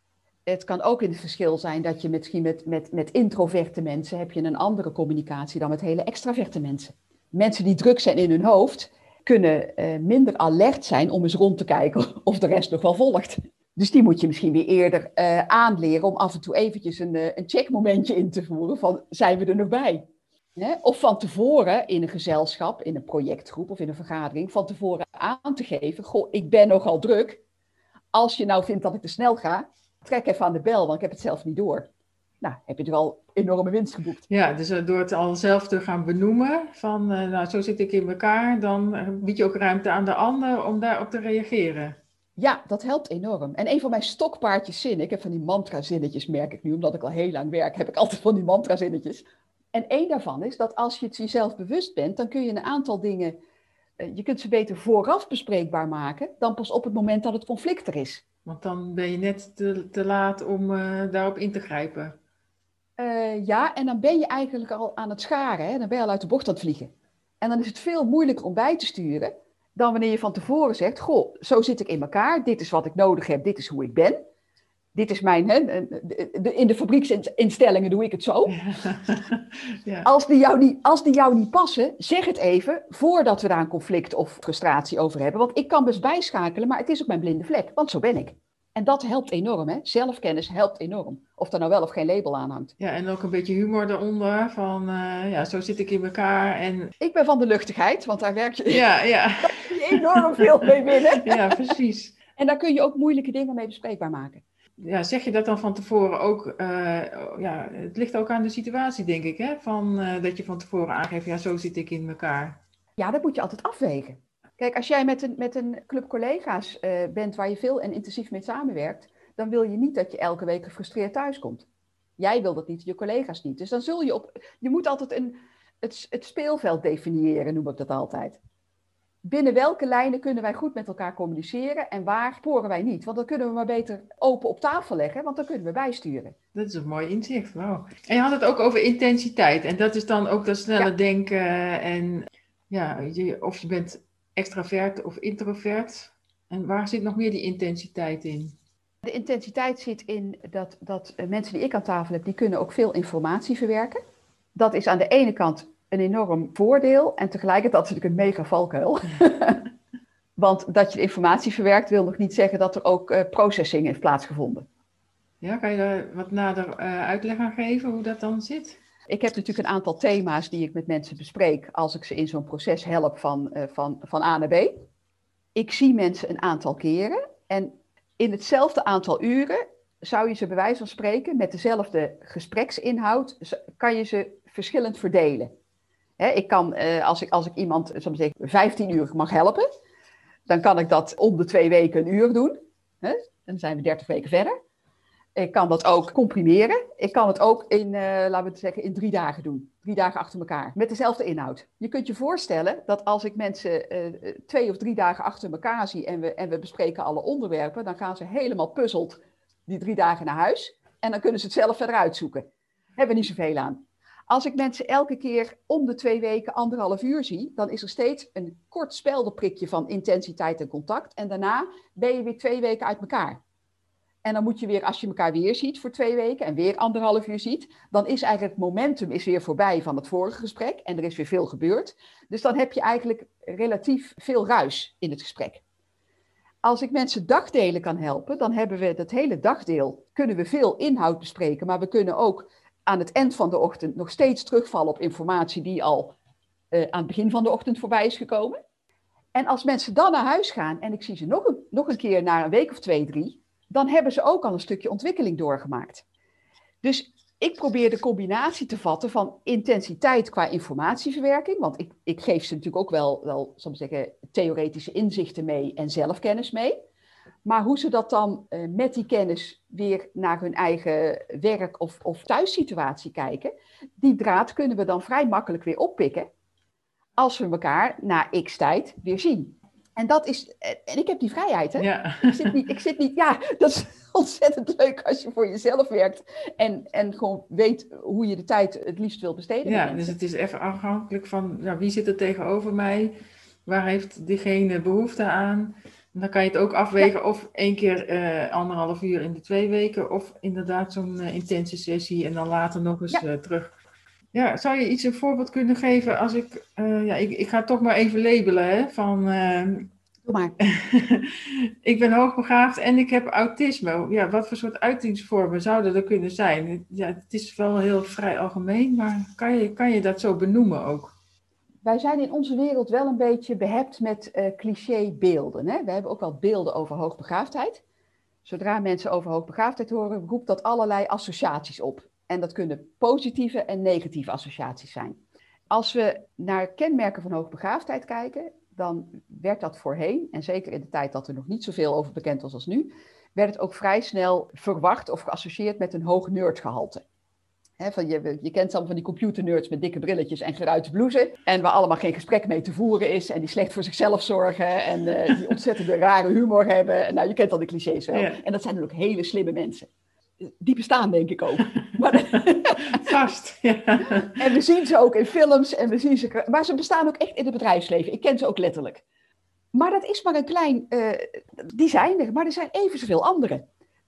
Het kan ook in het verschil zijn dat je misschien met, met, met introverte mensen heb je een andere communicatie dan met hele extraverte mensen. Mensen die druk zijn in hun hoofd kunnen uh, minder alert zijn om eens rond te kijken of de rest nog wel volgt. Dus die moet je misschien weer eerder uh, aanleren om af en toe eventjes een, uh, een checkmomentje in te voeren van zijn we er nog bij? Hè? Of van tevoren in een gezelschap, in een projectgroep of in een vergadering, van tevoren aan te geven, goh, ik ben nogal druk. Als je nou vindt dat ik te snel ga, trek even aan de bel, want ik heb het zelf niet door. Nou, heb je er wel enorme winst geboekt. Ja, dus uh, door het al zelf te gaan benoemen, van uh, nou zo zit ik in elkaar, dan uh, bied je ook ruimte aan de ander om daarop te reageren. Ja, dat helpt enorm. En een van mijn stokpaardjes zinnen, ik heb van die mantra-zinnetjes, merk ik nu, omdat ik al heel lang werk, heb ik altijd van die mantra-zinnetjes. En één daarvan is dat als je het jezelf bewust bent, dan kun je een aantal dingen, uh, je kunt ze beter vooraf bespreekbaar maken, dan pas op het moment dat het conflict er is. Want dan ben je net te, te laat om uh, daarop in te grijpen. Uh, ja, en dan ben je eigenlijk al aan het scharen, hè? Dan ben je al uit de bocht aan het vliegen. En dan is het veel moeilijker om bij te sturen dan wanneer je van tevoren zegt, goh, zo zit ik in elkaar, dit is wat ik nodig heb, dit is hoe ik ben. Dit is mijn, hè, de, de, in de fabrieksinstellingen doe ik het zo. Ja. Als, die jou niet, als die jou niet passen, zeg het even voordat we daar een conflict of frustratie over hebben. Want ik kan best bijschakelen, maar het is ook mijn blinde vlek, want zo ben ik. En dat helpt enorm, hè? Zelfkennis helpt enorm. Of er nou wel of geen label aan hangt. Ja, en ook een beetje humor eronder, van uh, ja, zo zit ik in elkaar. En... Ik ben van de luchtigheid, want daar werk je, ja, ja. je enorm veel mee binnen. Ja, precies. En daar kun je ook moeilijke dingen mee bespreekbaar maken. Ja, zeg je dat dan van tevoren ook, uh, ja, het ligt ook aan de situatie, denk ik, hè? Van, uh, dat je van tevoren aangeeft, ja, zo zit ik in elkaar. Ja, dat moet je altijd afwegen. Kijk, als jij met een, met een club collega's uh, bent waar je veel en intensief mee samenwerkt, dan wil je niet dat je elke week gefrustreerd thuiskomt. Jij wil dat niet, je collega's niet. Dus dan zul je op, je moet altijd een, het, het speelveld definiëren, noem ik dat altijd. Binnen welke lijnen kunnen wij goed met elkaar communiceren en waar sporen wij niet? Want dan kunnen we maar beter open op tafel leggen, want dan kunnen we bijsturen. Dat is een mooi inzicht, wauw. En je had het ook over intensiteit. En dat is dan ook dat snelle ja. denken en ja, je, of je bent extravert of introvert. En waar zit nog meer die intensiteit in? De intensiteit zit in dat, dat mensen die ik aan tafel heb, die kunnen ook veel informatie verwerken. Dat is aan de ene kant een enorm voordeel en tegelijkertijd natuurlijk een mega valkuil. Want dat je informatie verwerkt wil nog niet zeggen dat er ook uh, processing heeft plaatsgevonden. Ja, kan je daar wat nader uh, uitleg aan geven hoe dat dan zit? Ik heb natuurlijk een aantal thema's die ik met mensen bespreek als ik ze in zo'n proces help van, uh, van, van A naar B. Ik zie mensen een aantal keren en in hetzelfde aantal uren zou je ze bij wijze van spreken met dezelfde gespreksinhoud, kan je ze verschillend verdelen. He, ik kan, uh, als, ik, als ik iemand zal ik zeggen, vijftien uur mag helpen, dan kan ik dat om de twee weken een uur doen. He, dan zijn we dertig weken verder. Ik kan dat ook comprimeren. Ik kan het ook in, uh, laten we het zeggen, in drie dagen doen. Drie dagen achter elkaar, met dezelfde inhoud. Je kunt je voorstellen dat als ik mensen uh, twee of drie dagen achter elkaar zie en we, en we bespreken alle onderwerpen, dan gaan ze helemaal puzzeld die drie dagen naar huis. En dan kunnen ze het zelf verder uitzoeken. Hebben we niet zoveel aan. Als ik mensen elke keer om de twee weken anderhalf uur zie, dan is er steeds een kort speldenprikje van intensiteit en contact. En daarna ben je weer twee weken uit elkaar. En dan moet je weer, als je elkaar weer ziet voor twee weken en weer anderhalf uur ziet, dan is eigenlijk het momentum is weer voorbij van het vorige gesprek en er is weer veel gebeurd. Dus dan heb je eigenlijk relatief veel ruis in het gesprek. Als ik mensen dagdelen kan helpen, dan hebben we dat hele dagdeel, kunnen we veel inhoud bespreken, maar we kunnen ook aan het eind van de ochtend nog steeds terugvallen op informatie die al uh, aan het begin van de ochtend voorbij is gekomen. En als mensen dan naar huis gaan en ik zie ze nog een, nog een keer na een week of twee, drie, dan hebben ze ook al een stukje ontwikkeling doorgemaakt. Dus ik probeer de combinatie te vatten van intensiteit qua informatieverwerking, want ik, ik geef ze natuurlijk ook wel, wel zal ik zeggen, theoretische inzichten mee en zelfkennis mee. Maar hoe ze dat dan uh, met die kennis weer naar hun eigen werk- of, of thuissituatie kijken, die draad kunnen we dan vrij makkelijk weer oppikken als we elkaar na x tijd weer zien. En dat is, en ik heb die vrijheid, hè? Ja. Ik zit niet, ik zit niet, ja, dat is ontzettend leuk als je voor jezelf werkt en, en gewoon weet hoe je de tijd het liefst wil besteden. Ja, dus het is even afhankelijk van, ja, wie zit er tegenover mij? Waar heeft diegene behoefte aan? En dan kan je het ook afwegen ja. of één keer uh, anderhalf uur in de twee weken of inderdaad zo'n uh, intense sessie en dan later nog eens ja. uh, terug. Ja, zou je iets een voorbeeld kunnen geven als ik, uh, ja, ik, ik ga het toch maar even labelen, hè, van... Uh, Doe maar. Ik ben hoogbegaafd en ik heb autisme. Ja, wat voor soort uitingsvormen zouden er kunnen zijn? Ja, het is wel heel vrij algemeen, maar kan je, kan je dat zo benoemen ook? Wij zijn in onze wereld wel een beetje behept met uh, clichébeelden. Hè? We hebben ook wel beelden over hoogbegaafdheid. Zodra mensen over hoogbegaafdheid horen, roept dat allerlei associaties op. En dat kunnen positieve en negatieve associaties zijn. Als we naar kenmerken van hoogbegaafdheid kijken, dan werd dat voorheen, en zeker in de tijd dat er nog niet zoveel over bekend was als nu, werd het ook vrij snel verwacht of geassocieerd met een hoog nerdgehalte. He, van je, je kent allemaal van die computernerds met dikke brilletjes en geruite blouses. En waar allemaal geen gesprek mee te voeren is. En die slecht voor zichzelf zorgen. En uh, die ontzettende rare humor hebben. Nou, je kent al die clichés wel. Ja. En dat zijn dan ook hele slimme mensen. Die bestaan denk ik ook. Maar, Vast, ja. En we zien ze ook in films. En we zien ze, maar ze bestaan ook echt in het bedrijfsleven. Ik ken ze ook letterlijk. Maar dat is maar een klein... Uh, die zijn er, maar er zijn even zoveel anderen.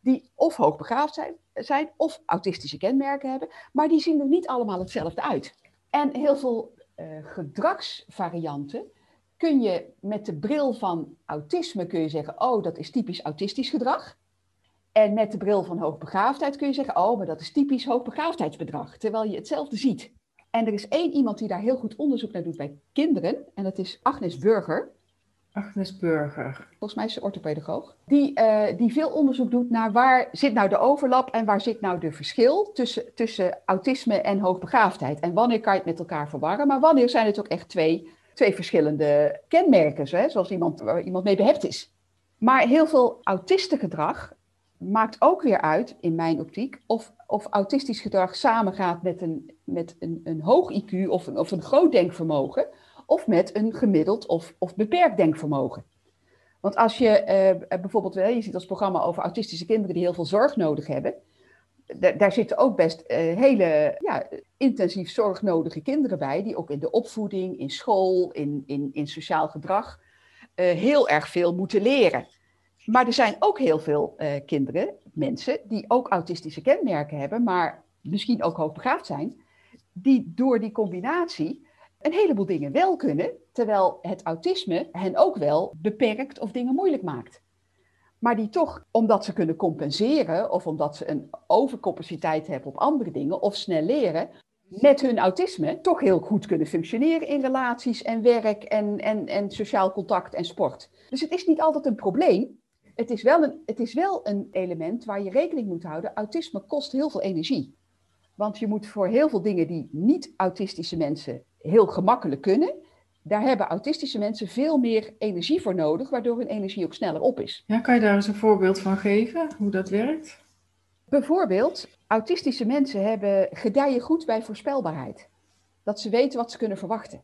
die of hoogbegaafd zijn, zijn of autistische kenmerken hebben, maar die zien er niet allemaal hetzelfde uit. En heel veel uh, gedragsvarianten kun je met de bril van autisme kun je zeggen, oh, dat is typisch autistisch gedrag. En met de bril van hoogbegaafdheid kun je zeggen, oh, maar dat is typisch hoogbegaafdheidsgedrag, terwijl je hetzelfde ziet. En er is één iemand die daar heel goed onderzoek naar doet bij kinderen, en dat is Agnes Burger. Agnes Burger. Volgens mij is ze orthopedagoog. Die, uh, die veel onderzoek doet naar waar zit nou de overlap en waar zit nou de verschil tussen, tussen autisme en hoogbegaafdheid. En wanneer kan je het met elkaar verwarren, maar wanneer zijn het ook echt twee, twee verschillende kenmerken, hè? Zoals iemand, waar iemand mee behept is. Maar heel veel autistengedrag maakt ook weer uit, in mijn optiek, of, of autistisch gedrag samengaat met een, met een, een hoog I Q of een, of een groot denkvermogen, of met een gemiddeld of, of beperkt denkvermogen. Want als je uh, bijvoorbeeld, je ziet als programma over autistische kinderen die heel veel zorg nodig hebben, d- daar zitten ook best uh, hele ja, intensief zorgnodige kinderen bij, die ook in de opvoeding, in school, in, in, in sociaal gedrag uh, heel erg veel moeten leren. Maar er zijn ook heel veel uh, kinderen, mensen, die ook autistische kenmerken hebben, maar misschien ook hoogbegaafd zijn, die door die combinatie een heleboel dingen wel kunnen, terwijl het autisme hen ook wel beperkt of dingen moeilijk maakt. Maar die toch, omdat ze kunnen compenseren of omdat ze een overcapaciteit hebben op andere dingen of snel leren, met hun autisme toch heel goed kunnen functioneren in relaties en werk en, en, en sociaal contact en sport. Dus het is niet altijd een probleem. Het is wel een, het is wel een element waar je rekening moet houden. Autisme kost heel veel energie. Want je moet voor heel veel dingen die niet-autistische mensen heel gemakkelijk kunnen, daar hebben autistische mensen veel meer energie voor nodig, waardoor hun energie ook sneller op is. Ja, kan je daar eens een voorbeeld van geven, hoe dat werkt? Bijvoorbeeld, autistische mensen hebben gedijen goed bij voorspelbaarheid. Dat ze weten wat ze kunnen verwachten.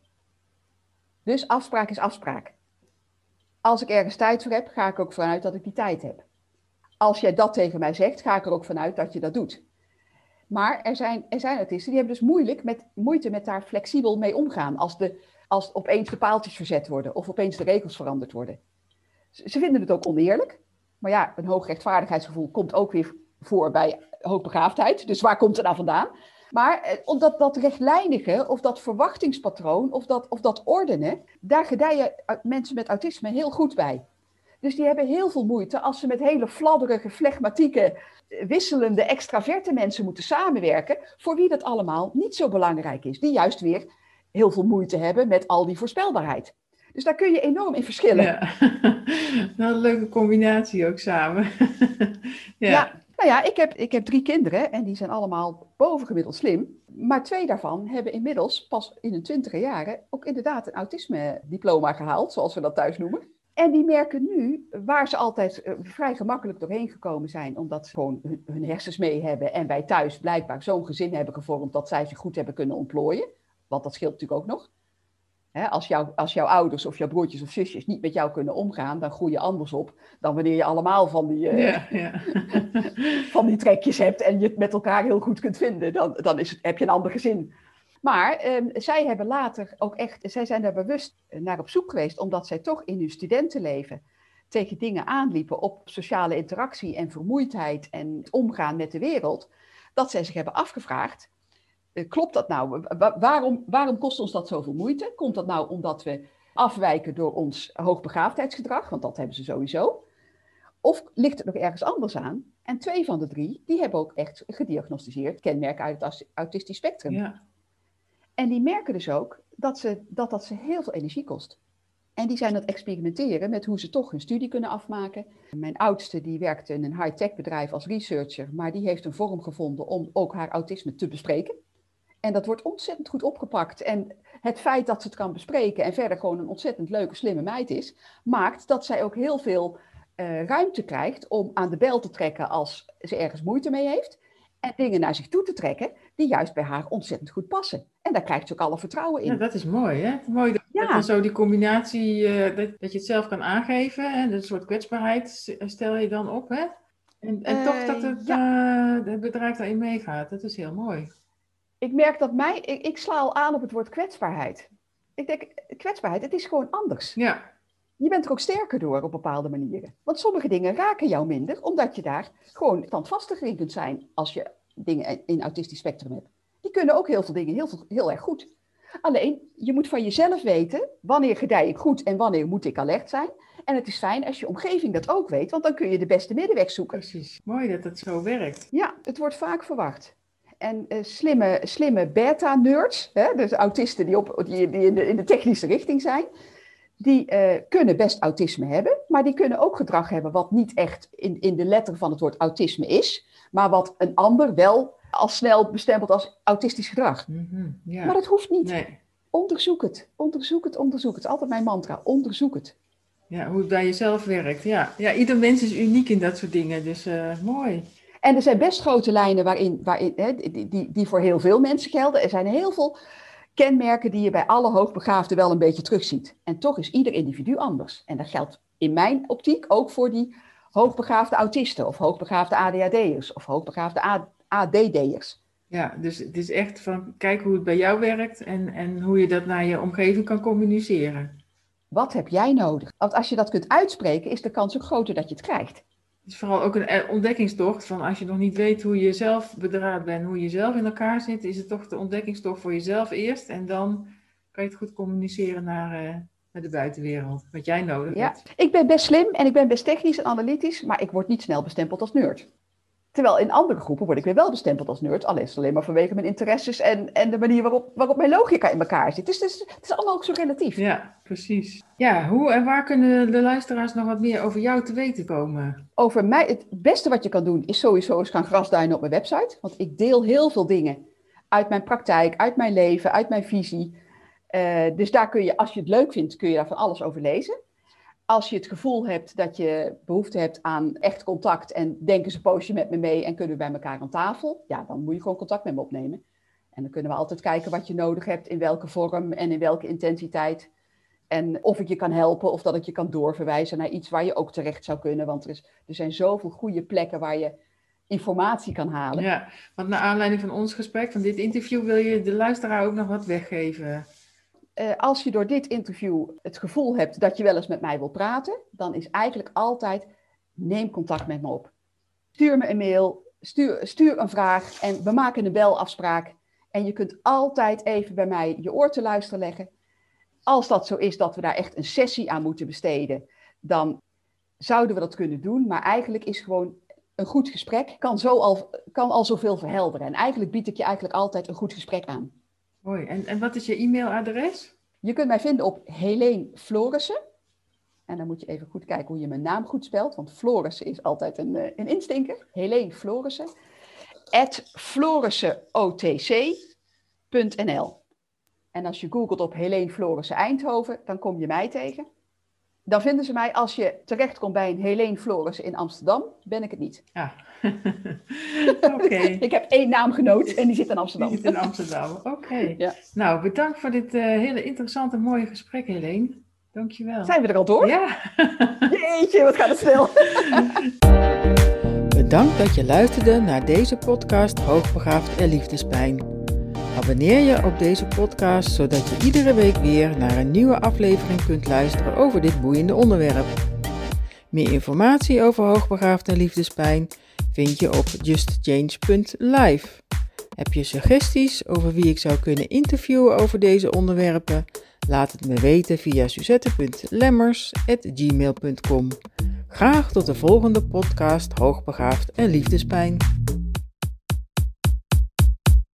Dus afspraak is afspraak. Als ik ergens tijd voor heb, ga ik ook vanuit dat ik die tijd heb. Als jij dat tegen mij zegt, ga ik er ook vanuit dat je dat doet. Maar er zijn, er zijn autisten die hebben dus moeilijk met, moeite met daar flexibel mee omgaan. Als, de, als opeens de paaltjes verzet worden of opeens de regels veranderd worden. Ze vinden het ook oneerlijk. Maar ja, een hoog rechtvaardigheidsgevoel komt ook weer voor bij hoogbegaafdheid. Dus waar komt het nou vandaan? Maar eh, omdat dat rechtlijnige of dat verwachtingspatroon of dat, of dat ordenen, daar gedijen mensen met autisme heel goed bij. Dus die hebben heel veel moeite als ze met hele fladderige, flegmatieke, wisselende, extraverte mensen moeten samenwerken, voor wie dat allemaal niet zo belangrijk is. Die juist weer heel veel moeite hebben met al die voorspelbaarheid. Dus daar kun je enorm in verschillen. Ja, nou, een leuke combinatie ook samen. Ja. ja, nou ja, ik heb, ik heb drie kinderen en die zijn allemaal bovengemiddeld slim. Maar twee daarvan hebben inmiddels pas in hun twintiger jaren ook inderdaad een autisme-diploma gehaald, zoals we dat thuis noemen. En die merken nu, waar ze altijd uh, vrij gemakkelijk doorheen gekomen zijn, omdat ze gewoon hun, hun hersens mee hebben en wij thuis blijkbaar zo'n gezin hebben gevormd dat zij zich goed hebben kunnen ontplooien. Want dat scheelt natuurlijk ook nog. Hè, als, jou, als jouw ouders of jouw broertjes of zusjes niet met jou kunnen omgaan, dan groei je anders op dan wanneer je allemaal van die, uh, ja, ja. van die trekjes hebt en je het met elkaar heel goed kunt vinden. Dan, dan is het, heb je een ander gezin. Maar eh, zij hebben later ook echt, zij zijn daar bewust naar op zoek geweest, omdat zij toch in hun studentenleven tegen dingen aanliepen op sociale interactie en vermoeidheid en het omgaan met de wereld, dat zij zich hebben afgevraagd, uh, klopt dat nou? Wa- waarom, waarom kost ons dat zoveel moeite? Komt dat nou omdat we afwijken door ons hoogbegaafdheidsgedrag, want dat hebben ze sowieso? Of ligt het nog ergens anders aan? En twee van de drie, die hebben ook echt gediagnosticeerd kenmerken uit het autistisch spectrum. Ja. En die merken dus ook dat, ze, dat dat ze heel veel energie kost. En die zijn aan het experimenteren met hoe ze toch hun studie kunnen afmaken. Mijn oudste die werkte in een high-tech bedrijf als researcher, maar die heeft een vorm gevonden om ook haar autisme te bespreken. En dat wordt ontzettend goed opgepakt. En het feit dat ze het kan bespreken en verder gewoon een ontzettend leuke, slimme meid is, maakt dat zij ook heel veel uh, ruimte krijgt om aan de bel te trekken als ze ergens moeite mee heeft. En dingen naar zich toe te trekken die juist bij haar ontzettend goed passen. En daar krijgt ze ook alle vertrouwen in. Ja, dat is mooi, hè? Mooi dat, ja. dat dan zo die combinatie, uh, dat, dat je het zelf kan aangeven. En een soort kwetsbaarheid stel je dan op, hè? En, en uh, toch dat het, ja. uh, het bedrijf daarin meegaat. Dat is heel mooi. Ik merk dat mij, ik, ik sla al aan op het woord kwetsbaarheid. Ik denk, kwetsbaarheid, het is gewoon anders. Ja. Je bent er ook sterker door op bepaalde manieren. Want sommige dingen raken jou minder, omdat je daar gewoon standvastiger in kunt zijn als je dingen in autistisch spectrum hebt. Die kunnen ook heel veel dingen heel, veel, heel erg goed. Alleen, je moet van jezelf weten, wanneer gedij ik goed en wanneer moet ik alert zijn. En het is fijn als je omgeving dat ook weet, want dan kun je de beste middenweg zoeken. Precies, mooi dat het zo werkt. Ja, het wordt vaak verwacht. En uh, slimme, slimme beta-nerds, hè, dus autisten die, op, die, die in, de, in de technische richting zijn, die uh, kunnen best autisme hebben, maar die kunnen ook gedrag hebben wat niet echt in, in de letter van het woord autisme is, maar wat een ander wel al snel bestempelt als autistisch gedrag. Mm-hmm, ja. Maar dat hoeft niet. Nee. Onderzoek het, onderzoek het, onderzoek het. Altijd mijn mantra, onderzoek het. Ja, hoe het bij jezelf werkt. Ja, ja ieder mens is uniek in dat soort dingen, dus uh, mooi. En er zijn best grote lijnen waarin, waarin, hè, die, die, die voor heel veel mensen gelden. Er zijn heel veel kenmerken die je bij alle hoogbegaafden wel een beetje terugziet. En toch is ieder individu anders. En dat geldt in mijn optiek ook voor die hoogbegaafde autisten of hoogbegaafde A D H D'ers of hoogbegaafde A D D'ers. Ja, dus het is echt van kijk hoe het bij jou werkt en, en hoe je dat naar je omgeving kan communiceren. Wat heb jij nodig? Want als je dat kunt uitspreken, is de kans ook groter dat je het krijgt. Het is vooral ook een ontdekkingstocht van als je nog niet weet hoe je zelf bedraad bent, hoe je zelf in elkaar zit, is het toch de ontdekkingstocht voor jezelf eerst. En dan kan je het goed communiceren naar, uh, naar de buitenwereld, wat jij nodig ja, hebt. Ik ben best slim en ik ben best technisch en analytisch, maar ik word niet snel bestempeld als nerd. Terwijl in andere groepen word ik weer wel bestempeld als nerd, alleen, alleen maar vanwege mijn interesses en, en de manier waarop, waarop mijn logica in elkaar zit. Dus het is, het is allemaal ook zo relatief. Ja, precies. Ja, hoe en waar kunnen de luisteraars nog wat meer over jou te weten komen? Over mij, het beste wat je kan doen is sowieso eens gaan grasduinen op mijn website. Want ik deel heel veel dingen uit mijn praktijk, uit mijn leven, uit mijn visie. Uh, dus daar kun je, als je het leuk vindt, kun je daar van alles over lezen. Als je het gevoel hebt dat je behoefte hebt aan echt contact en denk eens een poosje met me mee en kunnen we bij elkaar aan tafel, ja, dan moet je gewoon contact met me opnemen. En dan kunnen we altijd kijken wat je nodig hebt, in welke vorm en in welke intensiteit. En of ik je kan helpen of dat ik je kan doorverwijzen naar iets waar je ook terecht zou kunnen. Want er, is, er zijn zoveel goede plekken waar je informatie kan halen. Ja, want naar aanleiding van ons gesprek, van dit interview, wil je de luisteraar ook nog wat weggeven? Uh, als je door dit interview het gevoel hebt dat je wel eens met mij wil praten, dan is eigenlijk altijd, neem contact met me op. Stuur me een mail, stuur, stuur een vraag en we maken een belafspraak. En je kunt altijd even bij mij je oor te luisteren leggen. Als dat zo is dat we daar echt een sessie aan moeten besteden, dan zouden we dat kunnen doen. Maar eigenlijk is gewoon een goed gesprek, kan, zo al, kan al zoveel verhelderen. En eigenlijk bied ik je eigenlijk altijd een goed gesprek aan. Mooi. En, en wat is je e-mailadres? Je kunt mij vinden op Helene Florissen. En dan moet je even goed kijken hoe je mijn naam goed spelt. Want Florissen is altijd een, een instinker. Helene Florissen. at florissenootc punt n l. En als je googelt op Helene Florissen Eindhoven, dan kom je mij tegen. Dan vinden ze mij, als je terechtkomt bij een Helene Florissen in Amsterdam, ben ik het niet. Ja, oké. Okay. Ik heb één naamgenoot en die zit in Amsterdam. Die zit in Amsterdam, oké. Okay. Ja. Nou, bedankt voor dit uh, hele interessante, mooie gesprek, Helene. Dankjewel. Zijn we er al door? Ja. Jeetje, wat gaat het snel. Bedankt dat je luisterde naar deze podcast Hoogbegaafd en Liefdespijn. Abonneer je op deze podcast, zodat je iedere week weer naar een nieuwe aflevering kunt luisteren over dit boeiende onderwerp. Meer informatie over hoogbegaafd en liefdespijn vind je op just change punt live. Heb je suggesties over wie ik zou kunnen interviewen over deze onderwerpen? Laat het me weten via suzette punt lemmers at gmail punt com. Graag tot de volgende podcast Hoogbegaafd en Liefdespijn.